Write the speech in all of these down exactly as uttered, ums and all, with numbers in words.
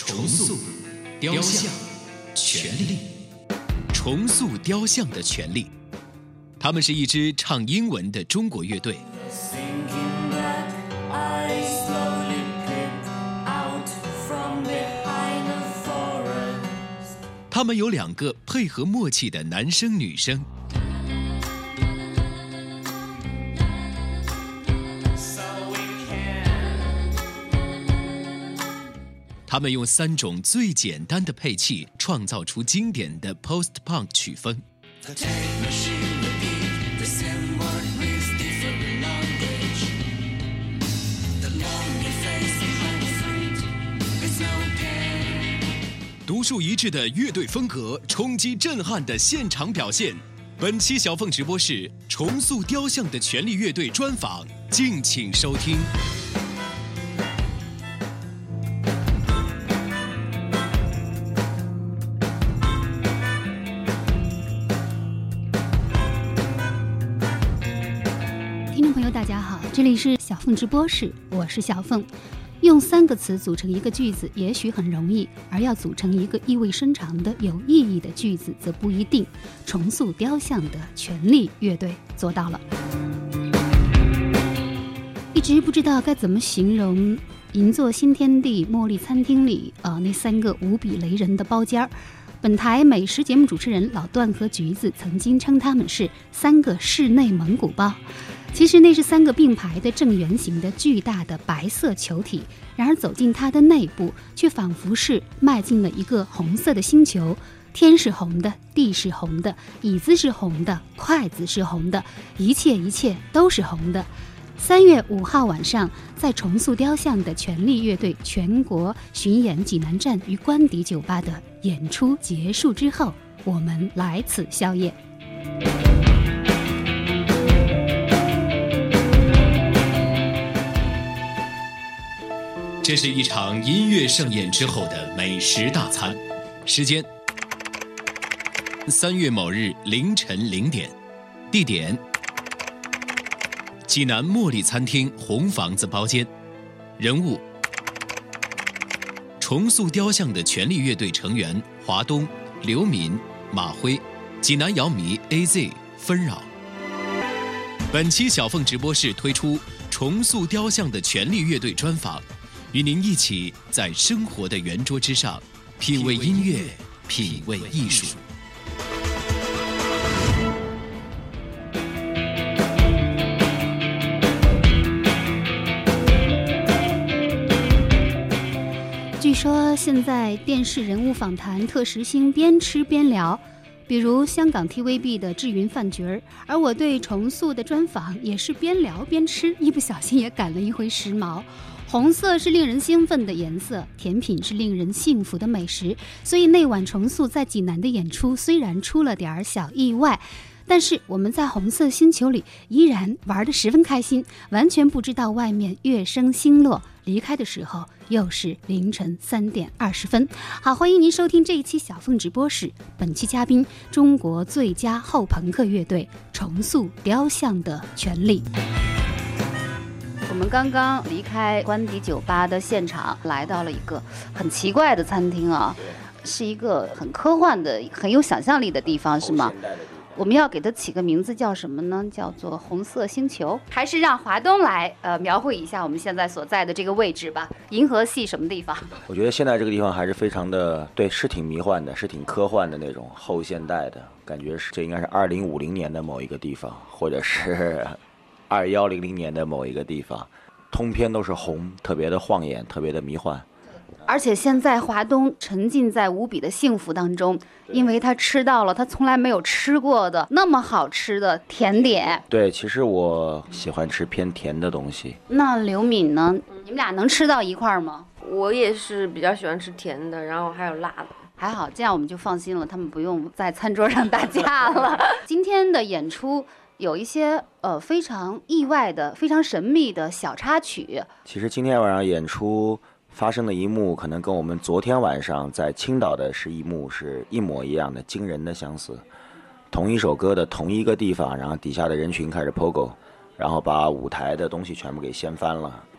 重塑雕像权利，重塑雕像的权利。他们是一支唱英文的中国乐队。他们有两个配合默契的男生女生。他们用三种最简单的配器创造出经典的 post-punk 曲风。独树一帜的乐队风格，冲击震撼的现场表现。本期小凤直播室重塑雕像的权利乐队专访，敬请收听。 听众朋友大家好，这里是小凤直播室，我是小凤。用三个词组成一个句子也许很容易，而要组成一个意味深长的有意义的句子则不一定。重塑雕像的权利乐队做到了。一直不知道该怎么形容银座新天地茉莉餐厅里呃那三个无比雷人的包间儿。本台美食节目主持人老段和橘子曾经称他们是三个室内蒙古包。其实那是三个并排的正圆形的巨大的白色球体，然而走进它的内部，却仿佛是迈进了一个红色的星球。天是红的，地是红的，椅子是红的，筷子是红的，一切一切都是红的。三月五号晚上，在重塑雕像的权利乐队全国巡演济南站与官邸酒吧的演出结束之后，我们来此宵夜。 这是一场音乐盛宴之后的美食大餐，时间三月某日凌晨零点，地点济南茉莉餐厅红房子包间，人物重塑雕像的权利乐队成员华东、刘敏、马辉，济南瑶迷 A Z 纷扰。本期小凤直播室推出重塑雕像的权利乐队专访，与您一起在生活的圆桌之上品味音乐，品味艺术。 据说现在电视人物访谈特时兴边吃边聊，比如香港 T V B 的智云饭局儿，而我对重塑的专访也是边聊边吃，一不小心也赶了一回时髦。红色是令人兴奋的颜色，甜品是令人幸福的美食，所以那晚重塑在济南的演出虽然出了点小意外，但是我们在红色星球里依然玩得十分开心，完全不知道外面乐声星落。离开的时候又是凌晨三点二十分。好，欢迎您收听这一期小凤直播室，本期嘉宾中国最佳后朋克乐队重塑雕像的权利。我们刚刚离开官邸酒吧的现场，来到了一个很奇怪的餐厅啊，是一个很科幻的、很有想象力的地方，是吗？我们要给它起个名字叫什么呢？叫做红色星球，还是让华东来呃描绘一下我们现在所在的这个位置吧？银河系什么地方？ 我觉得现在这个地方还是非常的，对，是挺迷幻的，是挺科幻的那种后现代的感觉，是这应该是二零五零年的某一个地方，或者是二幺零零年的某一个地方，通篇都是红，特别的晃眼，特别的迷幻。 而且现在华东沉浸在无比的幸福当中，因为他吃到了他从来没有吃过的那么好吃的甜点。 对，其实我喜欢吃偏甜的东西。 那刘敏呢？你们俩能吃到一块吗？ 我也是比较喜欢吃甜的，然后还有辣的。 还好，这样我们就放心了，他们不用在餐桌上打架了。今天的演出有一些呃非常意外的、非常神秘的小插曲。 其实今天晚上演出发生的一幕，可能跟我们昨天晚上在青岛的是一幕是一模一样的，惊人的相似。同一首歌的同一个地方，然后底下的人群开始 pogo， 然后把舞台的东西全部给掀翻了。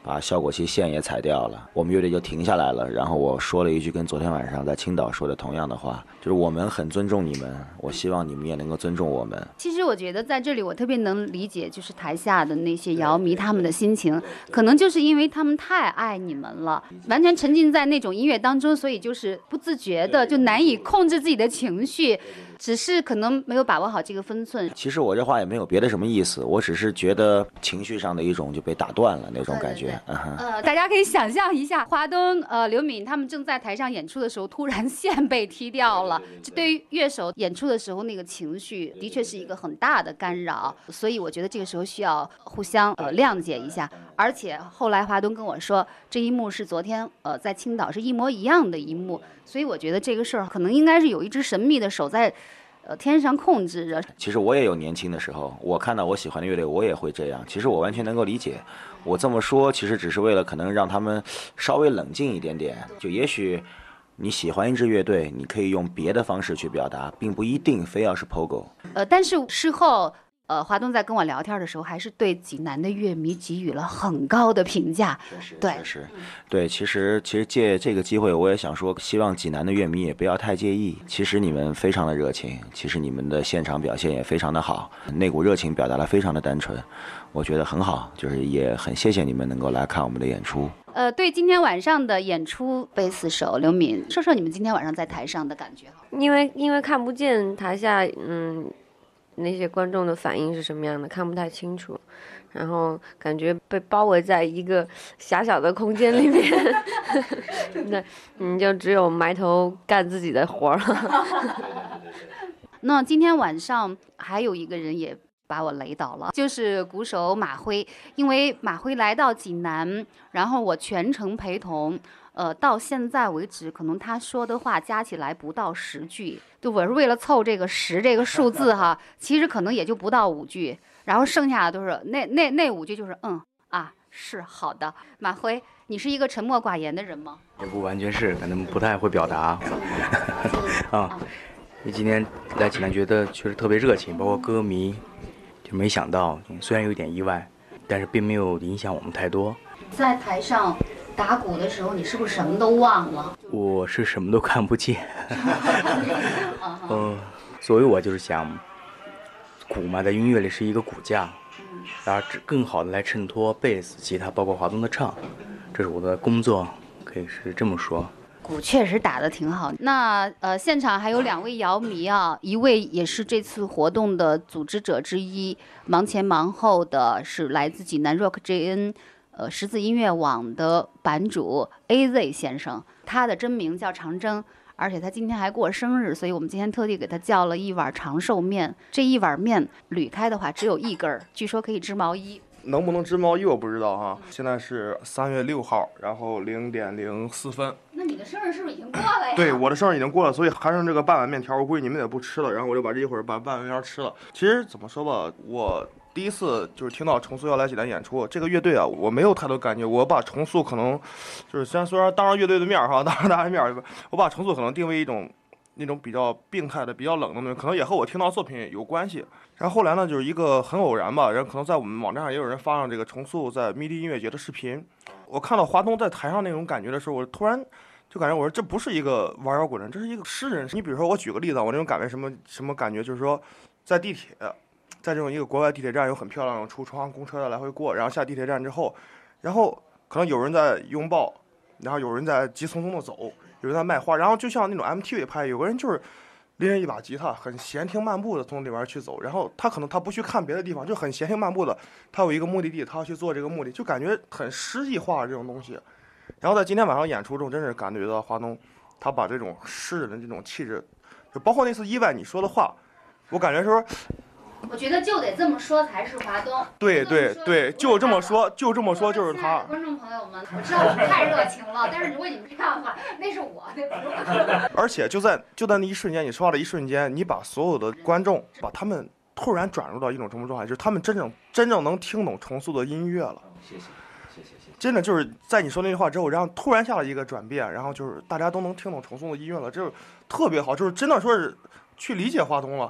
把效果器线也裁掉了，我们乐队就停下来了。然后我说了一句跟昨天晚上在青岛说的同样的话，就是我们很尊重你们，我希望你们也能够尊重我们。 其实我觉得在这里我特别能理解，就是台下的那些摇迷他们的心情，可能就是因为他们太爱你们了，完全沉浸在那种音乐当中，所以就是不自觉的就难以控制自己的情绪，只是可能没有把握好这个分寸。 其实我这话也没有别的什么意思，我只是觉得情绪上的一种就被打断了那种感觉。 对对对呃，大家可以想象一下，华东、呃刘敏他们正在台上演出的时候，突然线被踢掉了，这对于乐手演出的时候那个情绪的确是一个很大的干扰，所以我觉得这个时候需要互相呃谅解一下。而且后来华东跟我说，这一幕是昨天呃在青岛是一模一样的一幕，所以我觉得这个事儿可能应该是有一只神秘的手在。呃，天上控制着。 其实我也有年轻的时候，我看到我喜欢的乐队，我也会这样。其实我完全能够理解。我这么说，其实只是为了可能让他们稍微冷静一点点。就也许你喜欢一支乐队，你可以用别的方式去表达，并不一定非要是 Pogo。 呃，但是事后。呃，华东在跟我聊天的时候，还是对济南的乐迷给予了很高的评价。对， 确实，对，其实其实借这个机会，我也想说，希望济南的乐迷也不要太介意。其实你们非常的热情，其实你们的现场表现也非常的好，那股热情表达的非常的单纯，我觉得很好，就是也很谢谢你们能够来看我们的演出。 呃，对今天晚上的演出，贝斯手刘敏，说说你们今天晚上在台上的感觉好。 因为因为看不见台下，嗯。那些观众的反应是什么样的，看不太清楚，然后感觉被包围在一个狭小的空间里面，那你就只有埋头干自己的活了。 那今天晚上还有一个人也把我雷倒了，就是鼓手马辉，因为马辉来到济南，然后我全程陪同。呃，到现在为止，可能他说的话加起来不到十句，就我是为了凑这个十这个数字哈，其实可能也就不到五句，然后剩下的都是那那那五句就是嗯啊是好的。马辉，你是一个沉默寡言的人吗？ 也不完全是，可能不太会表达啊。你今天来济南觉得确实特别热情，包括歌迷，就没想到，虽然有点意外，但是并没有影响我们太多。 在台上打鼓的时候，你是不是什么都忘了？ 我是什么都看不见。嗯、呃，所以我就是想，鼓嘛，在音乐里是一个骨架，然后更好的来衬托贝斯、吉他，包括华东的唱，这是我的工作，可以是这么说。 鼓确实打得挺好。那呃，现场还有两位摇迷啊，一位也是这次活动的组织者之一，忙前忙后的是来自济南 Rock J N。呃，十字音乐网的版主 A Z 先生，他的真名叫长征，而且他今天还过生日，所以我们今天特地给他叫了一碗长寿面。这一碗面捋开的话只有一根儿，据说可以织毛衣。 能不能织毛衣我不知道哈。现在是三月六号，然后零点零四分。 那你的生日是不是已经过了呀？ 对，我的生日已经过了，所以还剩这个半碗面条，我估计你们也不吃了。然后我就把这一会儿把半碗面条吃了。其实怎么说吧，我。第一次就是听到重塑要来济南演出，这个乐队啊，我没有太多感觉。我把重塑可能就是虽然虽然当着乐队的面哈，当着大家面，我把重塑可能定为一种那种比较病态的、比较冷的东西，可能也和我听到作品有关系。然后后来呢，就是一个很偶然吧，然后可能在我们网站上也有人发上这个重塑在迷笛音乐节的视频。我看到华东在台上那种感觉的时候，我突然就感觉我说这不是一个玩摇滚人，这是一个诗人。你比如说我举个例子，我那种感觉什么什么感觉，就是说在地铁。在这种一个国外地铁站有很漂亮的橱窗，公车的来回过，然后下地铁站之后，然后可能有人在拥抱，然后有人在急匆匆的走，有人在卖花，然后就像那种 M T V 拍，有个人就是拎着一把吉他，很闲庭漫步的从里边去走，然后他可能他不去看别的地方，就很闲庭漫步的，他有一个目的地，他要去做这个目的，就感觉很诗意化这种东西。然后在今天晚上演出中，真是感觉到华东他把这种诗人的这种气质，就包括那次意外你说的话，我感觉说。 我觉得就得这么说才是华东。 对对对，就这么说，就这么说就是他。 观众朋友们，我知道我们太热情了，但是如果你们这样的话，那是我，那不是我。 而且就在就在那一瞬间，你说话的一瞬间，你把所有的观众，把他们突然转入到一种什么状态，就是他们真正真正能听懂重塑的音乐了。 谢谢谢谢谢谢。 真的就是在你说那句话之后，然后突然下了一个转变，然后就是大家都能听懂重塑的音乐了，就是特别好，就是真的说是去理解华东了。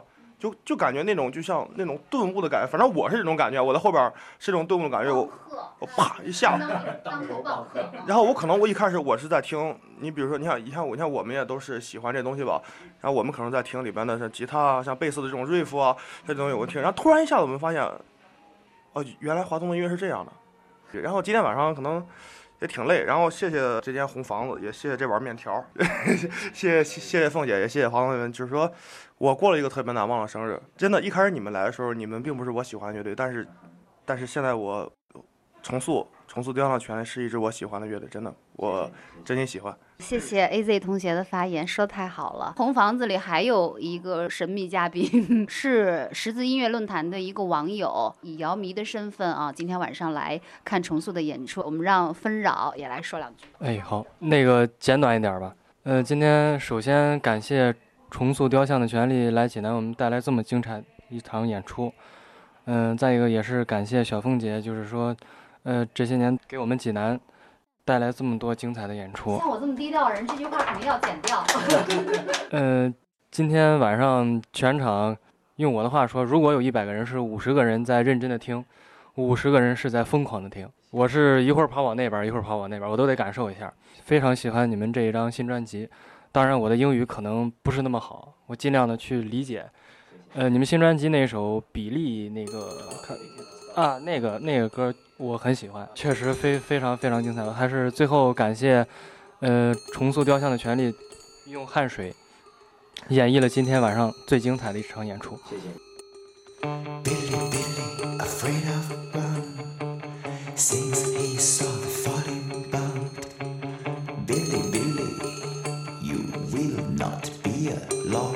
就就感觉那种就像那种顿悟的感觉，反正我是这种感觉，我在后边是这种顿悟的感觉，我我啪一下，然后我可能我一开始我是在听，你比如说你看你看我你看我们也都是喜欢这东西吧，然后我们可能在听里边的是吉他啊，像贝斯的这种瑞夫啊这东西我听，然后突然一下子我们发现，哦，原来华东的音乐是这样的，然后今天晚上可能也挺累，然后谢谢这间红房子，也谢谢这碗面条，谢谢谢谢凤姐，也谢谢华东人，就是说我过了一个特别难忘的生日。真的，一开始你们来的时候，你们并不是我喜欢的乐队，但是但是现在我重塑重塑雕像权是一支我喜欢的乐队，真的，我真心喜欢。 谢谢 A Z 同学的发言，说太好了。红房子里还有一个神秘嘉宾，是十字音乐论坛的一个网友，以姚迷的身份啊，今天晚上来看重塑的演出。我们让纷扰也来说两句。 哎，好，那个简短一点吧。呃，今天首先感谢重塑雕像的权利来济南，我们带来这么精彩一场演出。嗯、呃，再一个也是感谢小凤姐，就是说，呃，这些年给我们济南带来这么多精彩的演出。 像我这么低调的人，这句话肯定要剪掉。 呃，今天晚上全场，用我的话说，如果有一百个人，是五十个人在认真的听，五十个人是在疯狂的听。我是一会儿跑往那边，一会儿跑往那边，我都得感受一下。非常喜欢你们这一张新专辑，当然我的英语可能不是那么好，我尽量的去理解。呃，你们新专辑那首《比利》那个看啊，那个那个歌我很喜欢，确实非非常非常精彩。还是最后感谢，呃，重塑雕像的权利，用汗水演绎了今天晚上最精彩的一场演出。 谢谢。 Billy, Billy, afraid of a gun, since he saw the falling bound. Billy, Billy, you will not be alone.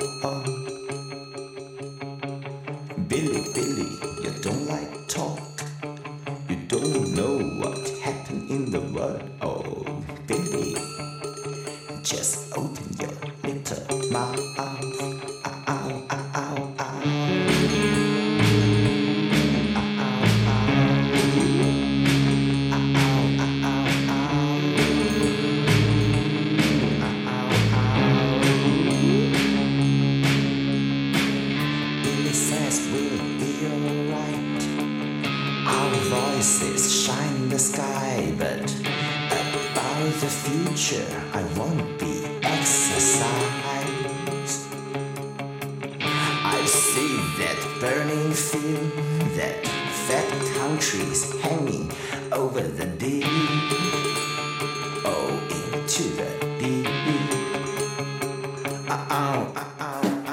Billy, Billy, you don't like talk. You don't know what happened in the world. Oh, Billy, just open your little mouth. Ow, ow, ow, ow. Shine in the sky, but about the future I won't be exercised. I see that burning field, that fat countries hanging over the deep, oh, into the deep. Uh oh, uh oh.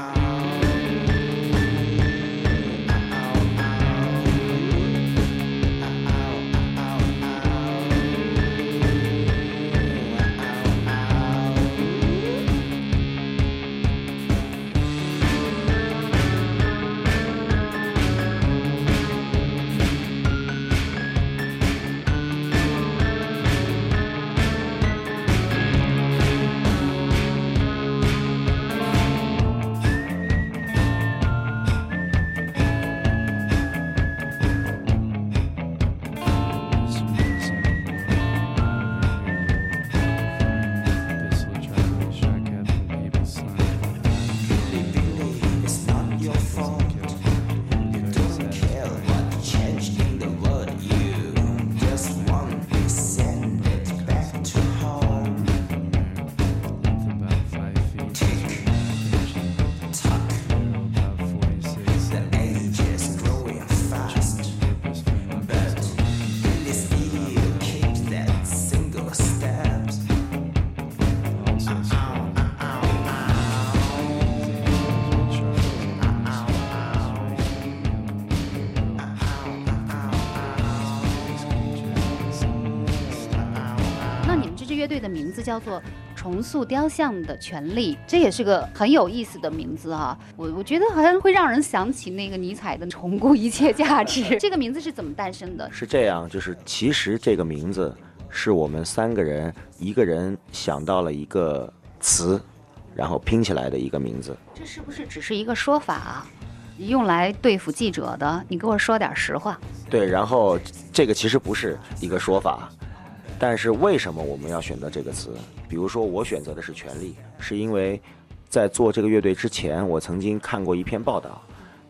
乐队的名字叫做重塑雕像的权利，这也是个很有意思的名字哈。我我觉得好像会让人想起那个尼采的重估一切价值。这个名字是怎么诞生的？ 是这样，就是其实这个名字是我们三个人一个人想到了一个词，然后拼起来的一个名字。 这是不是只是一个说法啊？用来对付记者的？你给我说点实话。 对，然后这个其实不是一个说法。但是为什么我们要选择这个词？比如说我选择的是权利，是因为在做这个乐队之前，我曾经看过一篇报道，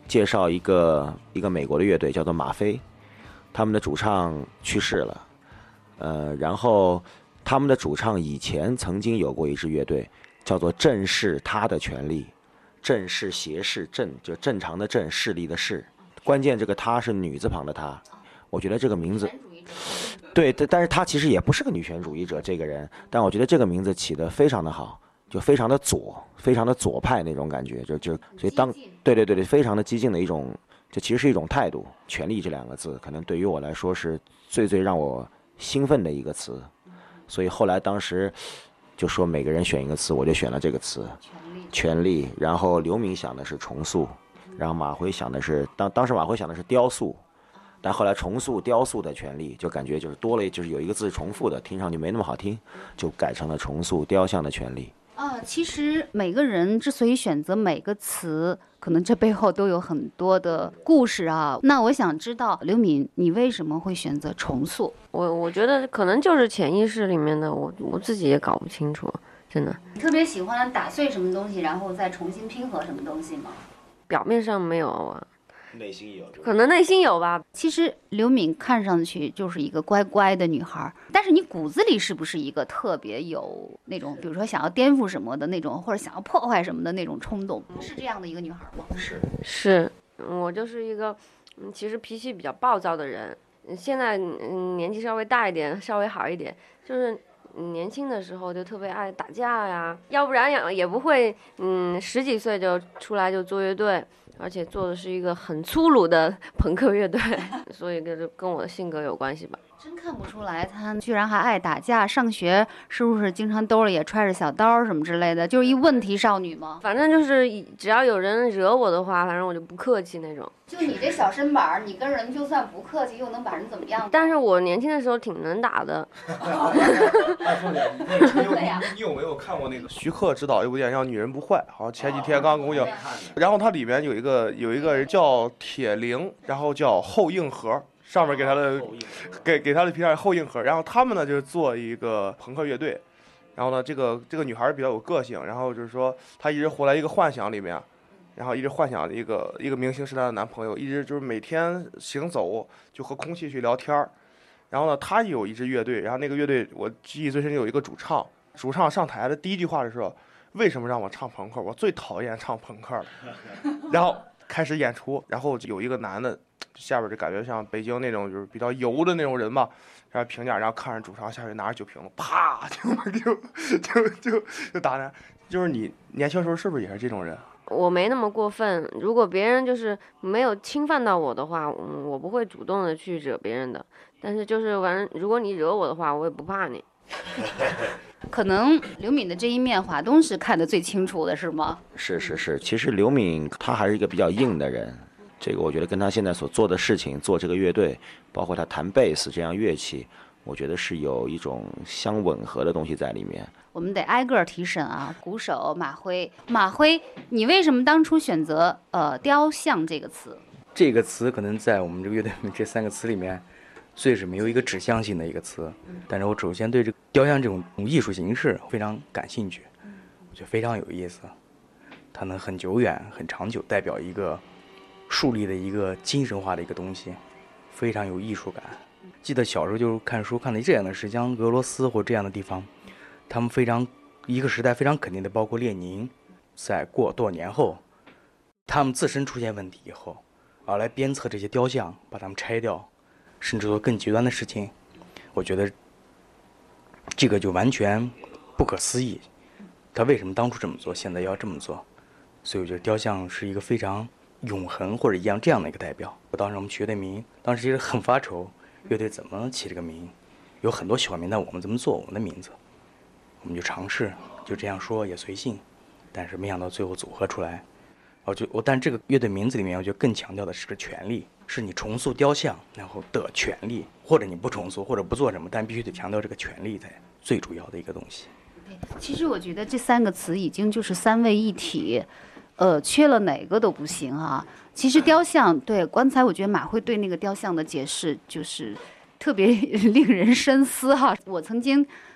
介绍一个一个美国的乐队，叫做吗啡，他们的主唱去世了，呃，然后他们的主唱以前曾经有过一支乐队，叫做正是他的权利，正是斜视正，就正常的正，势力的势，关键这个他是女字旁的他，我觉得这个名字。对，但是他其实也不是个女权主义者这个人，但我觉得这个名字起得非常的好，就非常的左，非常的左派那种感觉，就就所以当对对对对，非常的激进的一种，这其实是一种态度。权力这两个字，可能对于我来说是最最让我兴奋的一个词，所以后来当时就说每个人选一个词，我就选了这个词，权力。然后刘敏想的是重塑，然后马辉想的是当当时马辉想的是雕塑。但后来重塑雕塑的权利，就感觉就是多了，就是有一个字重复的，听上去没那么好听，就改成了重塑雕像的权利。 啊，其实每个人之所以选择每个词，可能这背后都有很多的故事啊。那我想知道，刘敏，你为什么会选择重塑？ 我我觉得可能就是潜意识里面的，我我自己也搞不清楚，真的。 你特别喜欢打碎什么东西，然后再重新拼合什么东西吗？ 表面上没有啊。 内心有， 可能内心有吧。 其实刘敏看上去就是一个乖乖的女孩，但是你骨子里是不是一个特别有那种，比如说想要颠覆什么的那种，或者想要破坏什么的那种冲动？是这样的一个女孩吗？ 是是，我就是一个，嗯，其实脾气比较暴躁的人。现在嗯年纪稍微大一点，稍微好一点，就是年轻的时候就特别爱打架呀，要不然也也不会，嗯，十几岁就出来就做乐队。而且做的是一个很粗鲁的朋克乐队，所以跟跟我的性格有关系吧。 真看不出来，他居然还爱打架。上学是不是经常兜里也揣着小刀什么之类的？就是一问题少女吗？ 反正就是只要有人惹我的话，反正我就不客气那种。 就你这小身板，你跟人就算不客气，又能把人怎么样？ 但是我年轻的时候挺能打的。 哎，凤姐，你有没有看过那个徐克执导一部电影叫《女人不坏》？好像前几天刚跟我讲。然后它里面有一个有一个人叫铁灵，然后叫后硬核。上面给他的给给他的评价后硬核，然后他们呢就是做一个朋克乐队，然后呢这个这个女孩比较有个性，然后就是说她一直活在一个幻想里面，然后一直幻想一个一个明星是她的男朋友，一直就是每天行走就和空气去聊天，然后呢她有一支乐队，然后那个乐队我记忆最深有一个主唱，主唱上台的第一句话是说为什么让我唱朋克，我最讨厌唱朋克了，然后开始演出，然后有一个男的下边就感觉像北京那种就是比较油的那种人吧，然后评价，然后看着主唱下去拿着酒瓶子，啪就就就就就打人。就是你年轻时候是不是也是这种人？ 我没那么过分，如果别人就是没有侵犯到我的话，嗯，我不会主动的去惹别人的。但是就是反正如果你惹我的话，我也不怕你。 可能刘敏的这一面，华东是看得最清楚的，是吗？ 是是是，其实刘敏她还是一个比较硬的人，这个我觉得跟她现在所做的事情，做这个乐队，包括她弹贝斯这样乐器，我觉得是有一种相吻合的东西在里面。 我们得挨个提审啊。鼓手马辉，马辉，你为什么当初选择呃雕像这个词？ 这个词可能在我们这个乐队里面这三个词里面，最是没有一个指向性的一个词。但是我首先对这个雕像这种艺术形式非常感兴趣，我觉得非常有意思，它能很久远、很长久，代表一个树立的一个精神化的一个东西，非常有艺术感。记得小时候就是看书看的这样的是像俄罗斯或这样的地方，他们非常一个时代非常肯定的，包括列宁，在过多少年后，他们自身出现问题以后，而来鞭策这些雕像，把它们拆掉，甚至做更极端的事情。我觉得这个就完全不可思议，他为什么当初这么做，现在要这么做？所以我觉得雕像是一个非常永恒或者一样这样的一个代表。我当时我们取的名，当时其实很发愁，乐队怎么起这个名？有很多喜欢名，但我们怎么做我们的名字？我们就尝试，就这样说也随性，但是没想到最后组合出来，我就我但这个乐队名字里面，我觉得更强调的是个权利，是你重塑雕像然后的权利，或者你不重塑或者不做什么，但必须得强调这个权利才最主要的一个东西。 其实我觉得这三个词已经就是三位一体，呃，缺了哪个都不行啊。其实雕像，对，刚才我觉得马辉对那个雕像的解释就是特别令人深思哈。我曾经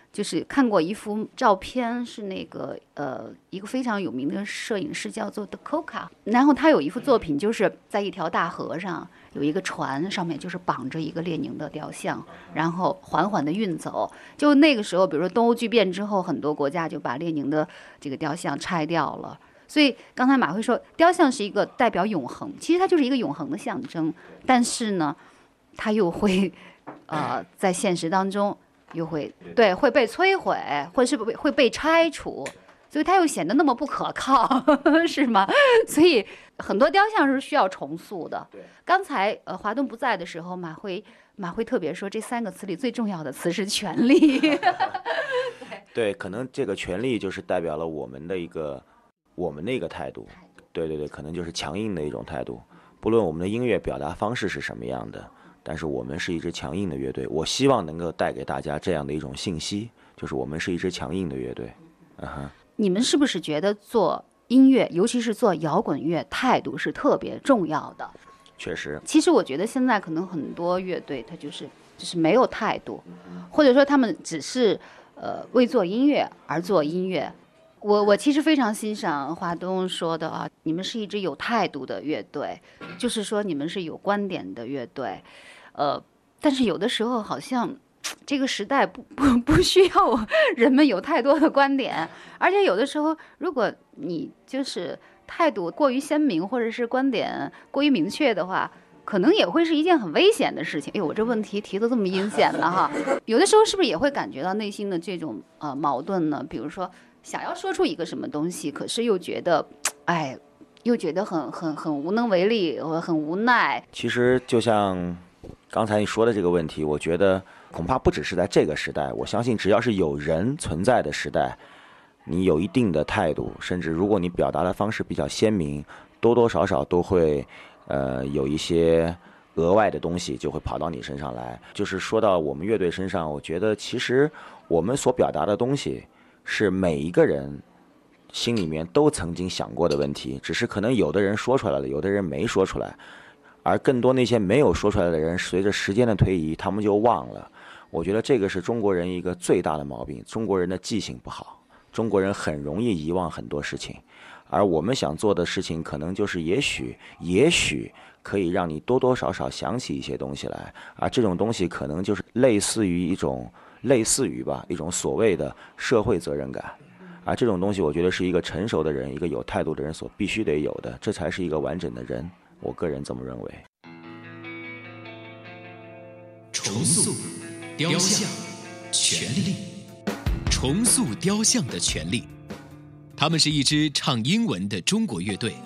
就是看过一幅照片，是那个呃一个非常有名的摄影师叫做 De Coca， 然后他有一幅作品，就是在一条大河上有一个船，上面就是绑着一个列宁的雕像，然后缓缓地运走。就那个时候，比如说东欧剧变之后，很多国家就把列宁的这个雕像拆掉了。所以刚才马辉说，雕像是一个代表永恒，其实它就是一个永恒的象征，但是呢，它又会呃在现实当中。又会对会被摧毁，或者是会被拆除，所以它又显得那么不可靠，是吗？所以很多雕像是需要重塑的。刚才呃华东不在的时候，马辉马辉特别说，这三个词里最重要的词是权力。对, 对，可能这个权力就是代表了我们的一个我们的一个态度。对对对，可能就是强硬的一种态度。不论我们的音乐表达方式是什么样的。但是我们是一支强硬的乐队，我希望能够带给大家这样的一种信息，就是我们是一支强硬的乐队。嗯哼， 你们是不是觉得做音乐，尤其是做摇滚乐，态度是特别重要的？ 确实， 其实我觉得现在可能很多乐队，它就是就是没有态度，或者说他们只是呃为做音乐而做音乐。我我其实非常欣赏华东说的啊，你们是一支有态度的乐队，就是说你们是有观点的乐队。呃，但是有的时候好像这个时代不不不需要人们有太多的观点，而且有的时候如果你就是态度过于鲜明，或者是观点过于明确的话，可能也会是一件很危险的事情。哎，我这问题提得这么阴险了哈，有的时候是不是也会感觉到内心的这种呃矛盾呢？比如说想要说出一个什么东西，可是又觉得，哎，又觉得很很很无能为力，很无奈。 其实就像刚才你说的这个问题，我觉得恐怕不只是在这个时代，我相信只要是有人存在的时代，你有一定的态度，甚至如果你表达的方式比较鲜明，多多少少都会呃有一些额外的东西就会跑到你身上来。就是说到我们乐队身上，我觉得其实我们所表达的东西是每一个人心里面都曾经想过的问题，只是可能有的人说出来了，有的人没说出来，而更多那些没有说出来的人，随着时间的推移，他们就忘了。我觉得这个是中国人一个最大的毛病，中国人的记性不好，中国人很容易遗忘很多事情，而我们想做的事情可能就是也许也许可以让你多多少少想起一些东西来，而这种东西可能就是类似于一种类似于吧一种所谓的社会责任感，而这种东西我觉得是一个成熟的人，一个有态度的人所必须得有的，这才是一个完整的人，我个人这么认为。 重塑雕像，权力。重塑雕像的权利，他们是一支唱英文的中国乐队。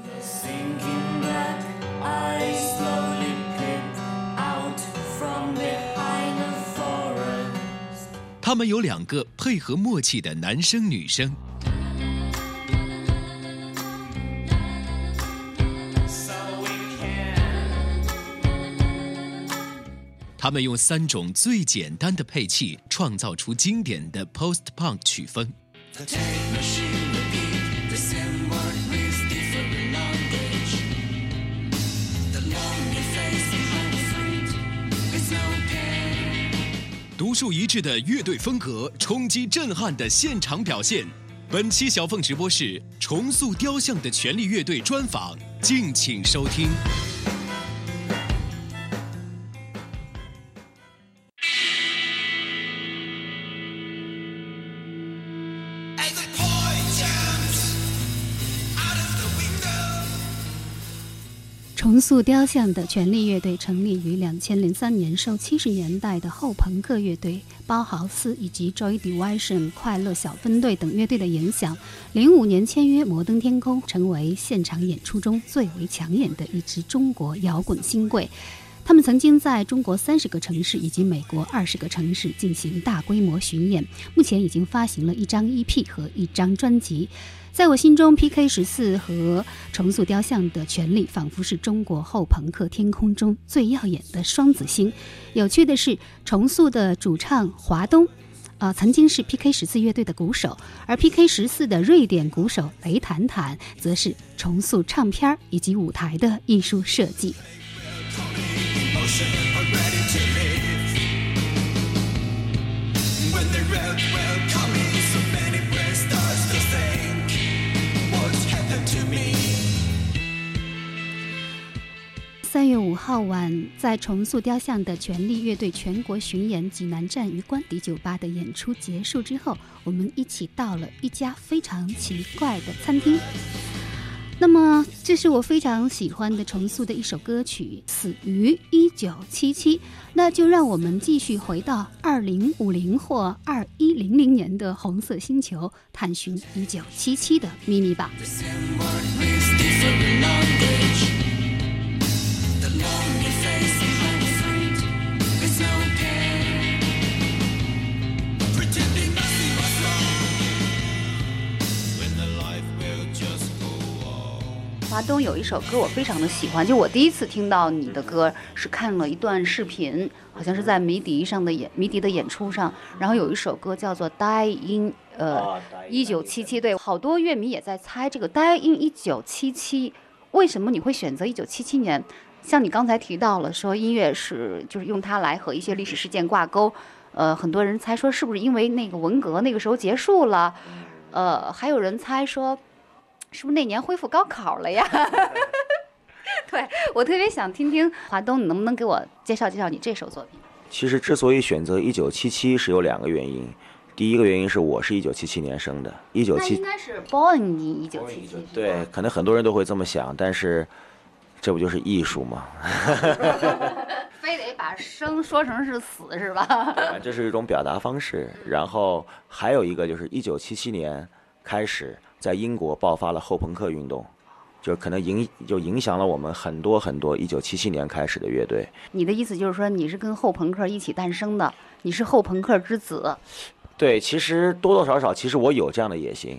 他们有两个配合默契的男生女生。他们用三种最简单的配器创造出经典的 post-punk 曲风。独树一帜的乐队风格，冲击震撼的现场表现。本期小凤直播室重塑雕像的权力乐队专访，敬请收听。 重塑雕像的权力乐队成立于两千零三年，受七十年代的后朋克乐队包豪斯以及 Joy Division 快乐小分队等乐队的影响，零五年签约摩登天空，成为现场演出中最为抢眼的一支中国摇滚新贵。他们曾经在中国三十个城市以及美国二十个城市进行大规模巡演，目前已经发行了一张 E P 和一张专辑。在我心中 P K 十四 和重塑雕像的权利仿佛是中国后朋克天空中最耀眼的双子星。有趣的是，重塑的主唱华东呃，曾经是 P K 十四 乐队的鼓手，而 P K 十四 的瑞典鼓手雷坦坦则是重塑唱片以及舞台的艺术设计。 When the 三月五号晚，在重塑雕像的权力乐队全国巡演济南站与官邸酒吧的演出结束之后，我们一起到了一家非常奇怪的餐厅。那么这是我非常喜欢的重塑的一首歌曲《死于一九七七》，那就让我们继续回到二零五零或二一零零年的红色星球，探寻一九七七的秘密吧。华东有一首歌我非常的喜欢，就我第一次听到你的歌是看了一段视频，好像是在迷笛上的演迷笛的演出上，然后有一首歌叫做 Die in 呃一九七七，对，好多乐迷也在猜这个 Die in 一九七七，为什么你会选择一九七七年？像你刚才提到了说音乐是就是用它来和一些历史事件挂钩，呃，很多人猜说是不是因为那个文革那个时候结束了，呃，还有人猜说。是不是那年恢复高考了呀？对，我特别想听听华东，你能不能给我介绍介绍你这首作品？ 其实之所以选择一九七七是有两个原因，第一个原因是我是一九七七年生的，一九七那应该是 born in 一九七七。 对，可能很多人都会这么想，但是这不就是艺术吗？ 非得把生说成是死是吧？ 这是一种表达方式。然后还有一个就是一九七七年开始。在英国爆发了后朋克运动，就可能影就影响了我们很多很多一九七七年开始的乐队。 你的意思就是说你是跟后朋克一起诞生的，你是后朋克之子？ 对，其实多多少少，其实我有这样的野心。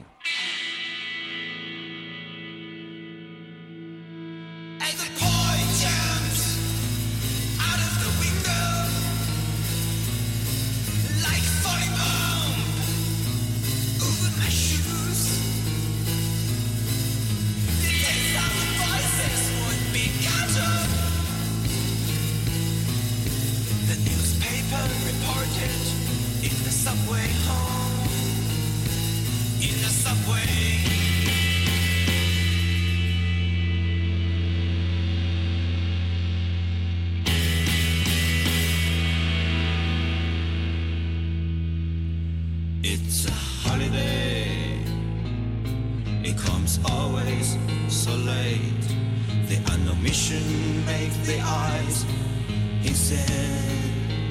It's a holiday. It comes always so late. The unknown mission makes the eyes insane.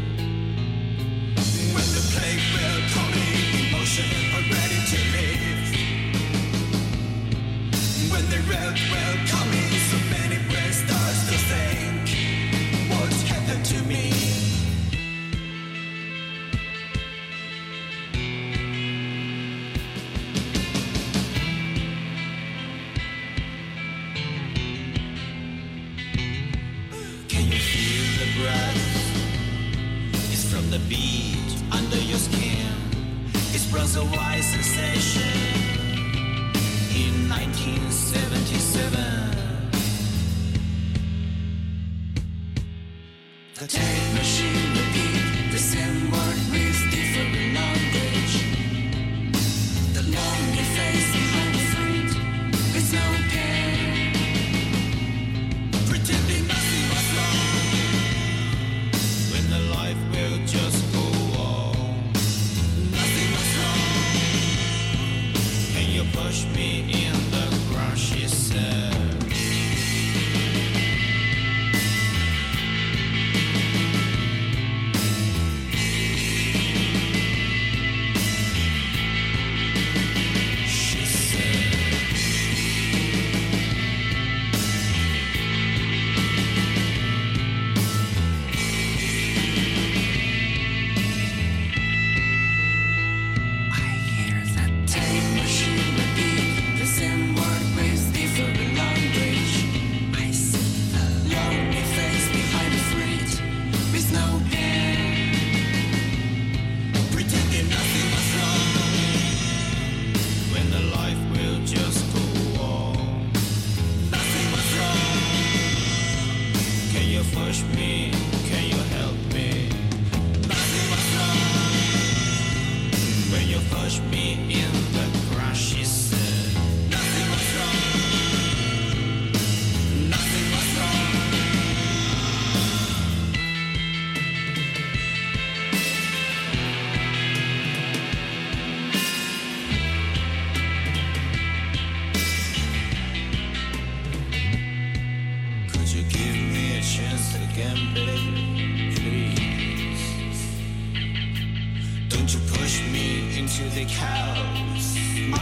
When the plague will come in motion are ready to live. When the red will come in, so many brain starts to think, what's happened to me? The beat under your skin, it sprouts a wide sensation. In nineteen seventy-seven, the tape machine repeat the same word with different language. The lonely face behind the front with no care, pretending nothing was wrong when the life will just go on. Nothing was wrong, and you push me in the ground, she said. push me in the grass, she said, nothing was wrong, nothing was wrong. Could you give me a chance again, baby, please? Don't you push me into the chaos.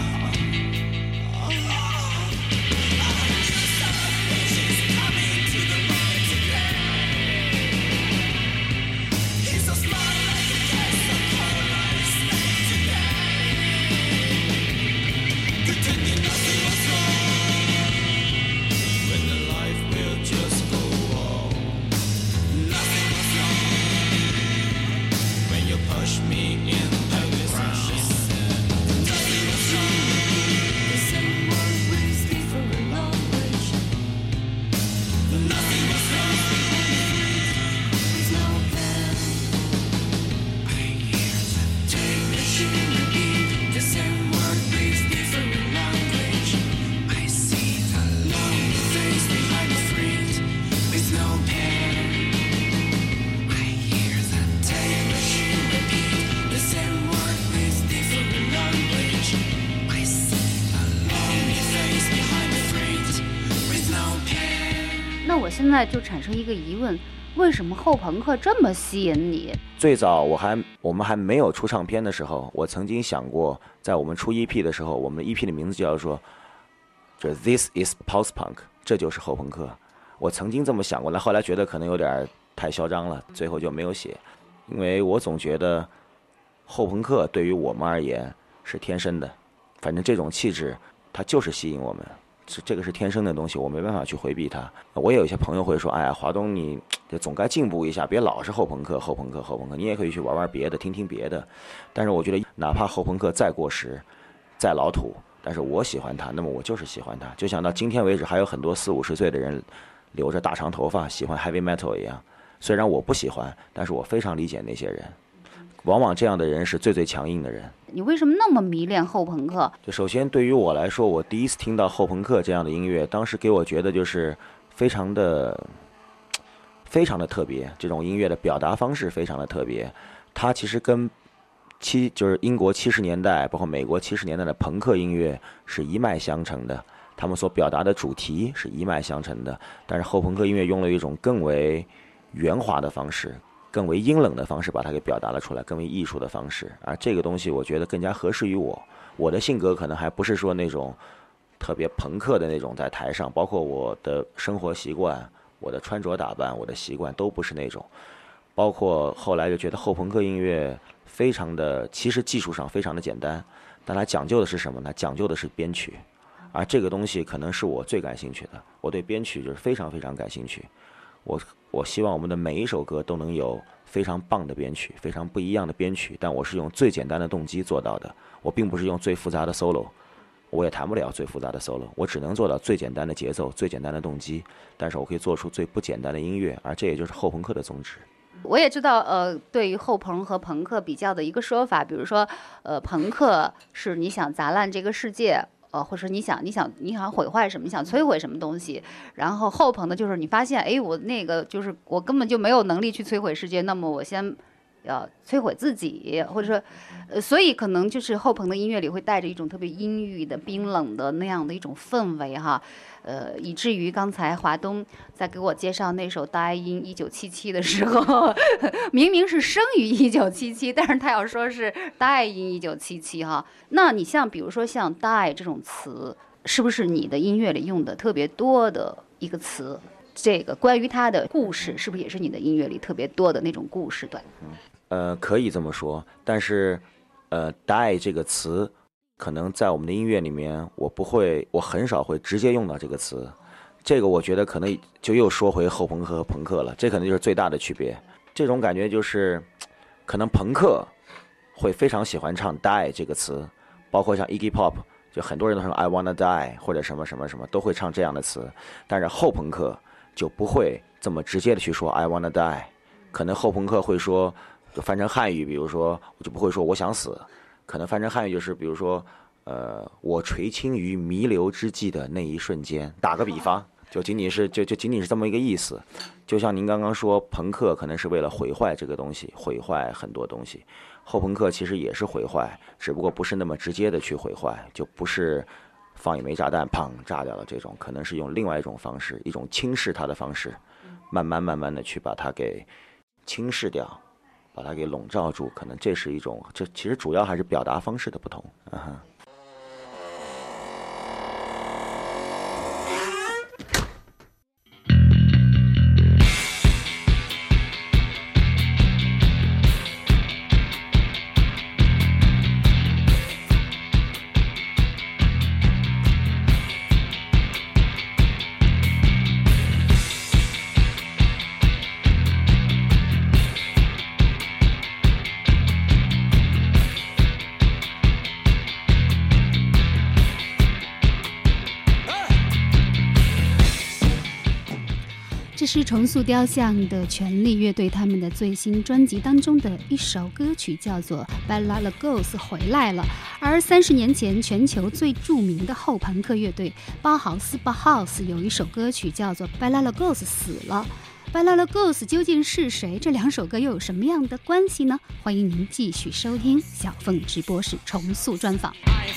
现在就产生一个疑问，为什么后朋克这么吸引你？ 最早我还我们还没有出唱片的时候，我曾经想过，在我们出 E P 的时候，我们 E P 的名字就要说，就 This is Post Punk， 这就是后朋克。我曾经这么想过，那后来觉得可能有点太嚣张了，最后就没有写，因为我总觉得后朋克对于我们而言是天生的，反正这种气质它就是吸引我们。这个是天生的东西，我没办法去回避它。我也有一些朋友会说，哎呀，华东你总该进步一下，别老是后朋克后朋克后朋克，你也可以去玩玩别的，听听别的。但是我觉得哪怕后朋克再过时再老土，但是我喜欢它，那么我就是喜欢它。就像到今天为止还有很多四五十岁的人留着大长头发喜欢 heavy metal 一样，虽然我不喜欢，但是我非常理解那些人。往往这样的人是最最强硬的人。 你为什么那么迷恋后朋克？ 就首先对于我来说，我第一次听到后朋克这样的音乐，当时给我觉得就是非常的非常的特别，这种音乐的表达方式非常的特别。它其实跟七就是英国七十年代包括美国七十年代的朋克音乐是一脉相承的，他们所表达的主题是一脉相承的，但是后朋克音乐用了一种更为圆滑的方式，更为阴冷的方式把它给表达了出来，更为艺术的方式。而这个东西我觉得更加合适于我，我的性格可能还不是说那种特别朋克的那种，在台上包括我的生活习惯，我的穿着打扮，我的习惯都不是那种。包括后来就觉得后朋克音乐非常的，其实技术上非常的简单，但它讲究的是什么呢？讲究的是编曲，而这个东西可能是我最感兴趣的，我对编曲就是非常非常感兴趣。我我希望我们的每一首歌都能有非常棒的编曲，非常不一样的编曲，但我是用最简单的动机做到的，我并不是用最复杂的 solo， 我也弹不了最复杂的 solo， 我只能做到最简单的节奏，最简单的动机，但是我可以做出最不简单的音乐，而这也就是后朋克的宗旨。 我也知道，呃，对于后朋和朋克比较的一个说法，比如说，呃，朋克是你想砸烂这个世界，呃，或者你想你想你想毁坏什么，你想摧毁什么东西，然后后朋的就是你发现，哎，我那个就是我根本就没有能力去摧毁世界，那么我先要摧毁自己，或者说，呃，所以可能就是后朋的音乐里会带着一种特别阴郁的、冰冷的那样的一种氛围哈。呃，以至于刚才华东在给我介绍那首《大爱因一九七七》的时候，明明是生于一九七七，但是他要说是大爱因一九七七哈。那你像比如说像大爱这种词，是不是你的音乐里用的特别多的一个词？这个关于他的故事，是不是也是你的音乐里特别多的那种故事？对， 嗯，呃，可以这么说，但是，呃，大爱这个词。可能在我们的音乐里面，我不会，我很少会直接用到这个词。这个我觉得可能就又说回后朋克和朋克了，这可能就是最大的区别。这种感觉就是，可能朋克会非常喜欢唱 die 这个词，包括像 Iggy Pop， 就很多人都说 I wanna die 或者什么什么什么，都会唱这样的词。但是后朋克就不会这么直接的去说 I wanna die， 可能后朋克会说，就翻成汉语，比如说我就不会说我想死。 可能翻成汉语就是比如说，呃，我垂青于弥留之际的那一瞬间。打个比方，就仅仅是就就仅仅是这么一个意思。就像您刚刚说，朋克可能是为了毁坏这个东西，毁坏很多东西。后朋克其实也是毁坏，只不过不是那么直接的去毁坏，就不是放一枚炸弹砰炸掉了这种，可能是用另外一种方式，一种轻视它的方式，慢慢慢慢的去把它给轻视掉。把它给笼罩住，可能这是一种，这其实主要还是表达方式的不同。嗯哼。 这是重塑雕像的权力乐队他们的最新专辑当中的一首歌曲，叫做《Bela Lugosi 回来了》。而三十年前，全球最著名的后朋克乐队包豪斯 Bauhaus 有一首歌曲叫做《Bela Lugosi 死了》。Bela Lugosi 究竟是谁？这两首歌又有什么样的关系呢？欢迎您继续收听小凤直播室重塑专访。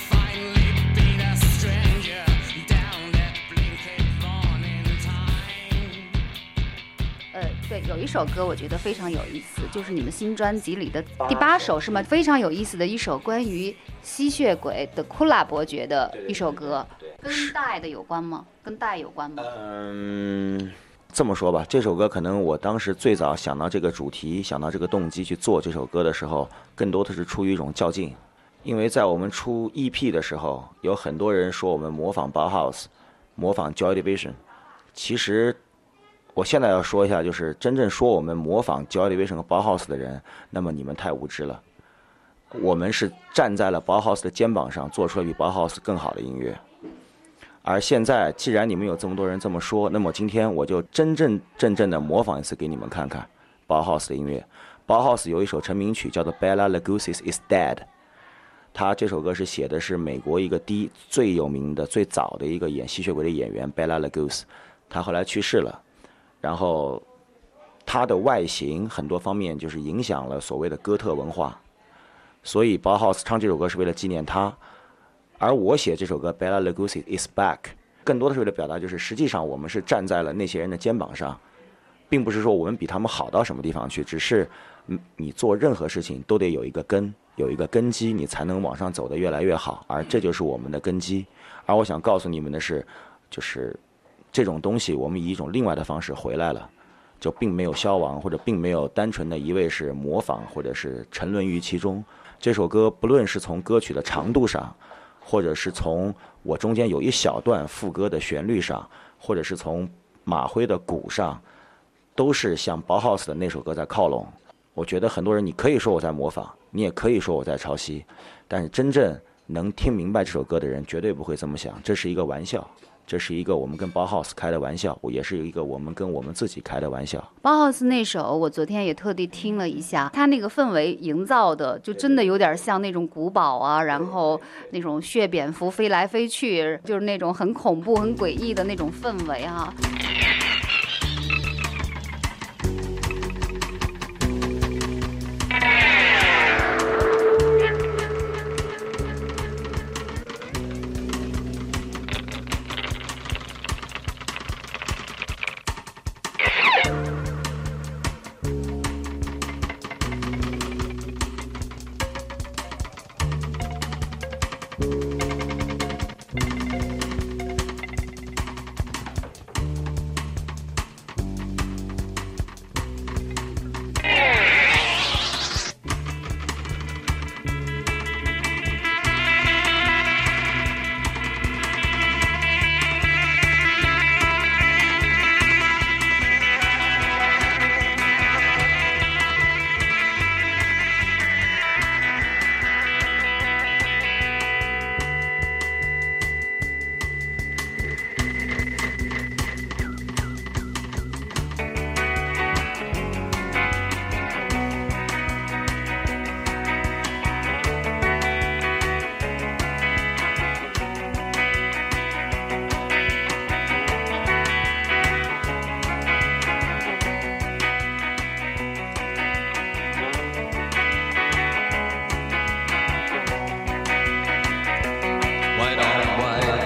对，有一首歌我觉得非常有意思，就是你们新专辑里的第八首是吗？非常有意思的一首关于吸血鬼的库拉伯爵的一首歌，跟带的有关吗？跟带有关吗？ 嗯，这么说吧，这首歌可能我当时最早想到这个主题，想到这个动机去做这首歌的时候，更多的是出于一种较劲。因为在我们出 E P 的时候，有很多人说我们模仿 Bauhaus， 模仿 Joy Division， 其实我现在要说一下，就是真正说我们模仿 Joy Division 和 Bauhaus 的人，那么你们太无知了。我们是站在了 Bauhaus 的肩膀上，做出了比 Bauhaus 更好的音乐。而现在，既然你们有这么多人这么说，那么今天我就真真正正的模仿一次给你们看看 Bauhaus 的音乐。Bauhaus 有一首成名曲叫做 Bela Lugosi is Dead， 他这首歌是写的是美国一个第一最有名的、最早的一个演吸血鬼的演员 Bela Lugosi， 他后来去世了。然后它的外形很多方面就是影响了所谓的哥特文化，所以 Bauhaus 唱这首歌是为了纪念他，而我写这首歌 Bela Lugosi is Back 更多的是为了表达，就是实际上我们是站在了那些人的肩膀上，并不是说我们比他们好到什么地方去，只是你做任何事情都得有一个根，有一个根基，你才能往上走得越来越好，而这就是我们的根基。而我想告诉你们的是，就是这种东西我们以一种另外的方式回来了，就并没有消亡，或者并没有单纯的一味是模仿或者是沉沦于其中。这首歌不论是从歌曲的长度上，或者是从我中间有一小段副歌的旋律上，或者是从马辉的鼓上，都是向 Bauhaus 的那首歌在靠拢。我觉得很多人你可以说我在模仿，你也可以说我在抄袭，但是真正能听明白这首歌的人绝对不会这么想，这是一个玩笑，这是一个我们跟 Bauhaus 开的玩笑，也是一个我们跟我们自己开的玩笑。 Bauhaus 那首我昨天也特地听了一下，他那个氛围营造的就真的有点像那种古堡啊，然后那种血蝙蝠飞来飞去，就是那种很恐怖很诡异的那种氛围啊。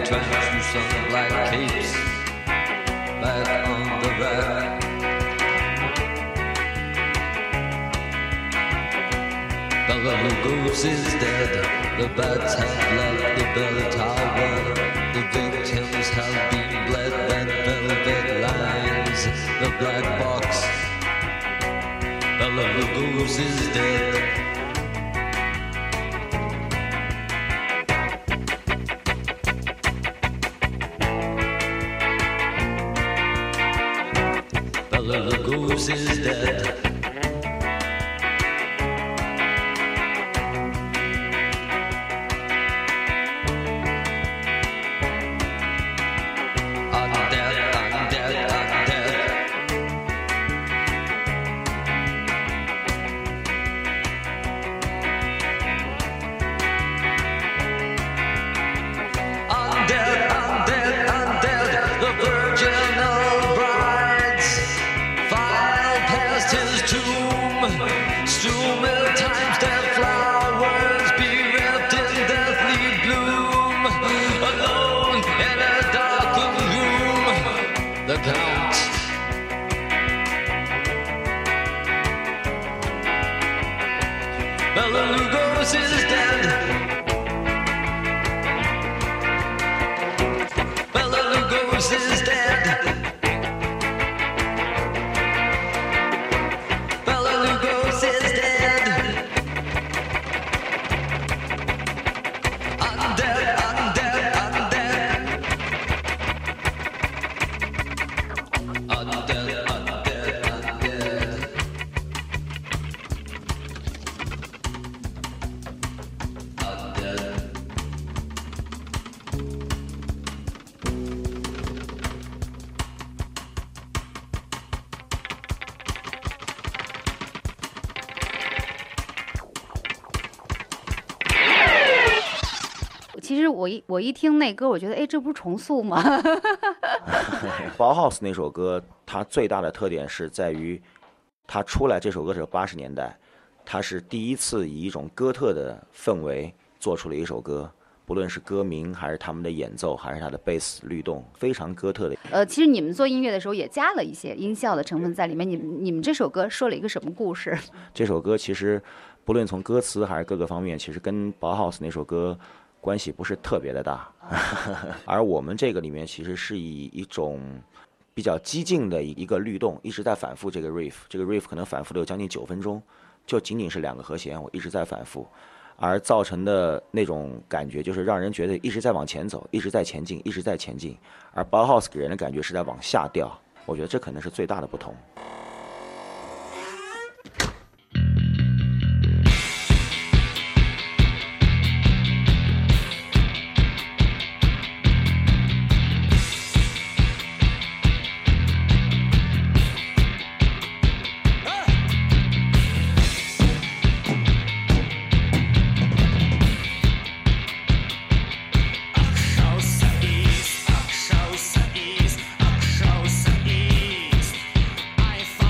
tramp through some black capes back on the rack. Bela Lugos is dead, the bats have left the bell tower, the victims have been bled, that velvet lines the black box. Bela Lugos is dead. Bela Lugos is dead. Bela Lugos is dead. Bela Lugos is dead. Bela Lugos is dead. I'm dead, I'm dead, I'm dead. I'm dead, I'm dead, I'm dead. I'm dead. 其实我一我一听那歌，我觉得哎，这不是重塑吗？ 包豪斯那首歌，它最大的特点是在于，它出来这首歌是八十年代，它是第一次以一种哥特的氛围做出了一首歌，不论是歌名还是他们的演奏，还是它的贝斯律动，非常哥特的。 呃，其实你们做音乐的时候也加了一些音效的成分在里面。你们你们这首歌说了一个什么故事？ 这首歌其实不论从歌词还是各个方面，其实跟包豪斯那首歌关系不是特别的大，而我们这个里面其实是以一种比较激进的一个律动，一直在反复这个 riff， 这个 riff 可能反复了有将近九分钟，就仅仅是两个和弦，我一直在反复，而造成的那种感觉就是让人觉得一直在往前走，一直在前进，一直在前进，而 Bauhaus 给人的感觉是在往下掉，我觉得这可能是最大的不同。 I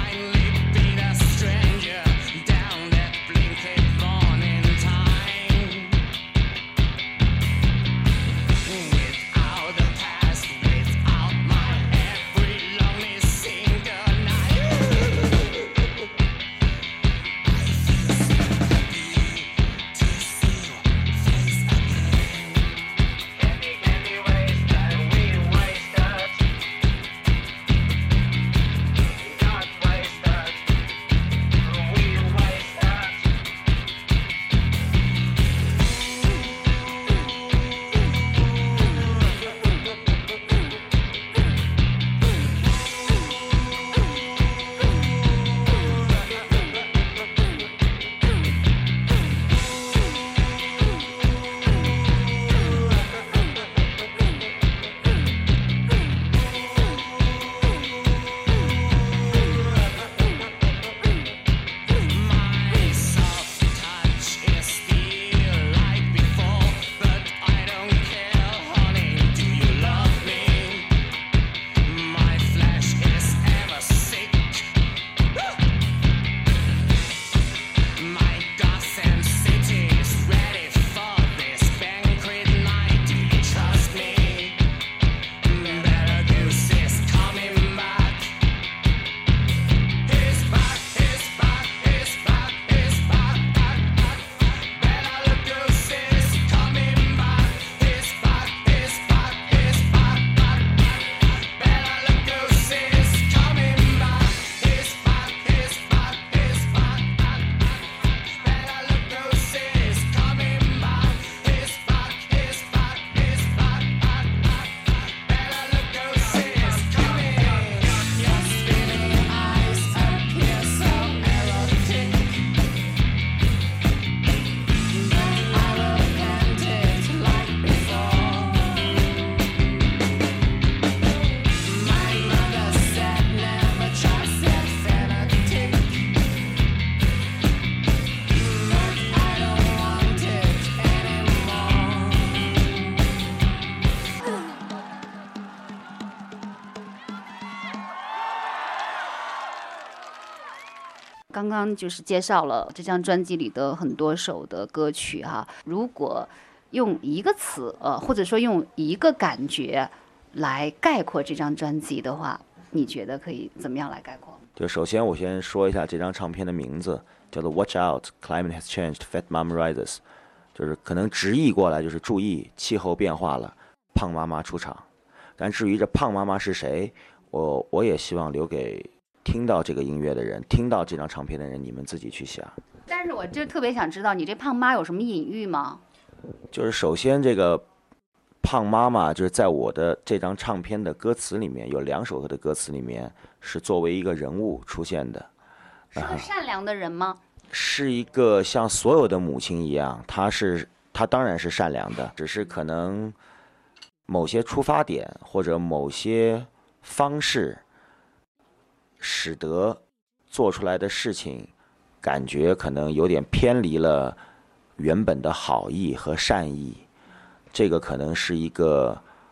刚刚就是介绍了这张专辑里的很多首的歌曲哈、啊。如果用一个词，呃，或者说用一个感觉来概括这张专辑的话，你觉得可以怎么样来概括？ 就首先我先说一下这张唱片的名字，叫做 Watch Out, Climate Has Changed, Fat Mom Rises， 就是可能直译过来就是注意气候变化了，胖妈妈出场。但至于这胖妈妈是谁，我我也希望留给听到这个音乐的人，听到这张唱片的人，你们自己去想。 但是我就特别想知道，你这胖妈有什么隐喻吗？ 就是首先这个胖妈妈，就是在我的这张唱片的歌词里面，有两首歌的歌词里面是作为一个人物出现的。 是个善良的人吗？ 是一个像所有的母亲一样，她是她当然是善良的，只是可能某些出发点或者某些方式，使得做出来的事情感觉可能有点偏离了原本的好意和善意。这个可能是一个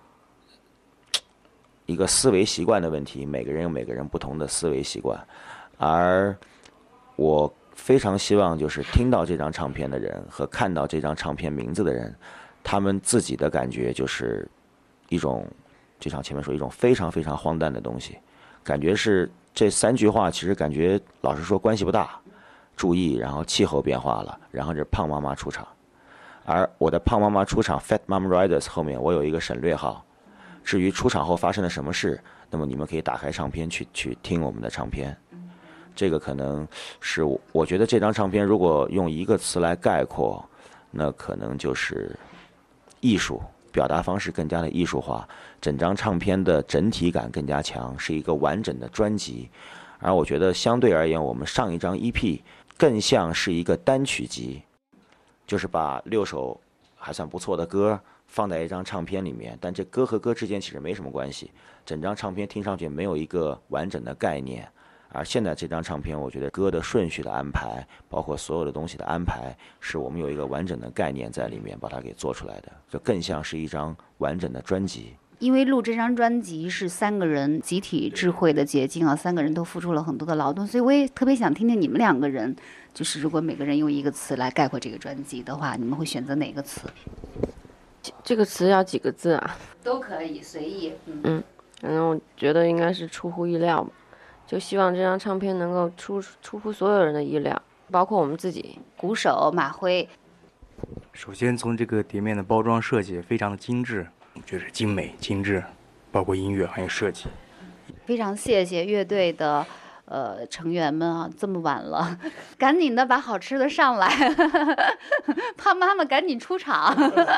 一个思维习惯的问题，每个人有每个人不同的思维习惯。而我非常希望就是听到这张唱片的人和看到这张唱片名字的人，他们自己的感觉就是一种，就像前面说，一种非常非常荒诞的东西，感觉是这三句话其实感觉老实说关系不大。注意，然后气候变化了，然后这胖妈妈出场。而我的胖妈妈出场 Fat Mom Rises 后面我有一个省略号，至于出场后发生了什么事，那么你们可以打开唱片去去听我们的唱片。这个可能是我我觉得这张唱片如果用一个词来概括，那可能就是艺术，表达方式更加的艺术化，整张唱片的整体感更加强，是一个完整的专辑。而我觉得相对而言，我们上一张 E P 更像是一个单曲集，就是把六首还算不错的歌放在一张唱片里面，但这歌和歌之间其实没什么关系，整张唱片听上去没有一个完整的概念。而现在这张唱片，我觉得歌的顺序的安排，包括所有的东西的安排，是我们有一个完整的概念在里面把它给做出来的，就更像是一张完整的专辑。 因为录这张专辑是三个人集体智慧的结晶啊，三个人都付出了很多的劳动，所以我也特别想听听你们两个人，就是如果每个人用一个词来概括这个专辑的话，你们会选择哪个词？ 这个词要几个字啊？ 都可以，随意。 嗯嗯，反正我觉得应该是出乎意料，就希望这张唱片能够出出乎所有人的意料，包括我们自己。 鼓手马辉， 首先从这个碟面的包装设计非常的精致，就是精美精致，包括音乐还有设计。 非常谢谢乐队的呃成员们啊，这么晚了，赶紧的把好吃的上来，胖妈妈赶紧出场。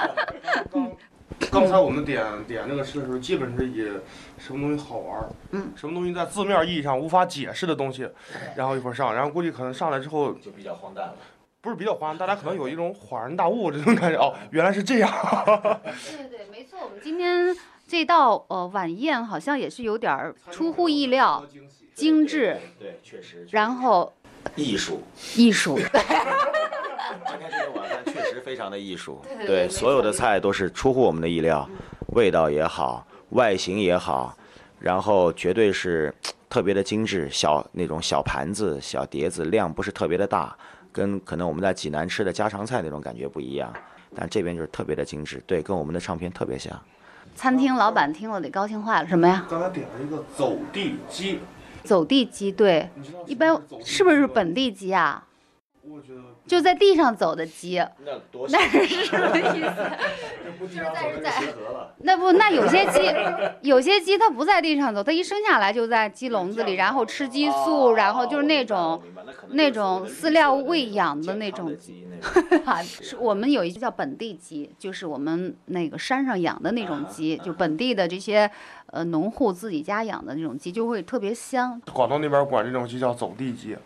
刚才我们点点那个吃的时候，基本是以什么东西好玩，嗯，什么东西在字面意义上无法解释的东西，然后一会儿上，然后估计可能上来之后就比较荒诞了。 不是比较荒诞，大家可能有一种恍然大悟这种感觉，哦，原来是这样。 对对，没错，我们今天这道呃晚宴好像也是有点出乎意料，精致， 对，确实。 然后艺术， 艺术。 今天这个晚饭确实非常的艺术，对, 对, 对，所有的菜都是出乎我们的意料，味道也好，外形也好，然后绝对是特别的精致，小那种小盘子、小碟子，量不是特别的大，跟可能我们在济南吃的家常菜那种感觉不一样，但这边就是特别的精致，对，跟我们的唱片特别像。 餐厅老板听了得高兴坏了，什么呀？ 刚才点了一个走地鸡。 走地鸡，对，一般是不是本地鸡啊？ 我觉得就在地上走的鸡， 那多那是什么意思？就是在是在那不那有些鸡，有些鸡它不在地上走，它一生下来就在鸡笼子里，然后吃激素，然后就是那种那种饲料喂养的那种鸡。是我们有一个叫本地鸡，就是我们那个山上养的那种鸡，就本地的这些呃农户自己家养的那种鸡，就会特别香。 广东那边管这种鸡叫走地鸡。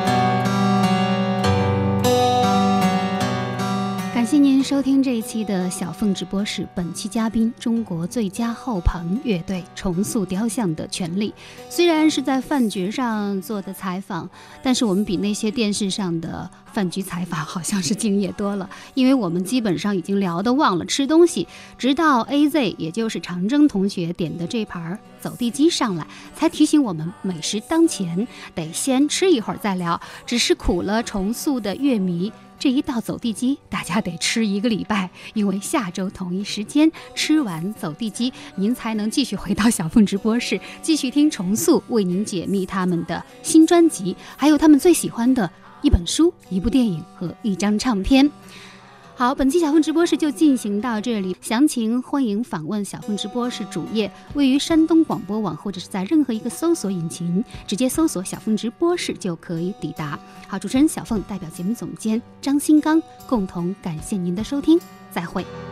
感谢您收听这一期的小凤直播室本期嘉宾中国最佳后朋乐队重塑雕像的权利。虽然是在饭局上做的采访，但是我们比那些电视上的饭局采访好像是敬业多了，因为我们基本上已经聊得忘了吃东西，直到 A Z 也就是长征同学点的这盘走地鸡上来，才提醒我们美食当前，得先吃一会儿再聊。只是苦了重塑的乐迷，这一道走地鸡大家得吃一个礼拜，因为下周同一时间吃完走地鸡，您才能继续回到小凤直播室，继续听重塑为您解密他们的新专辑，还有他们最喜欢的一本书、一部电影和一张唱片。好，本期小凤直播室就进行到这里，详情欢迎访问小凤直播室主页，位于山东广播网，或者是在任何一个搜索引擎直接搜索小凤直播室就可以抵达。好，主持人小凤代表节目总监张新刚共同感谢您的收听，再会。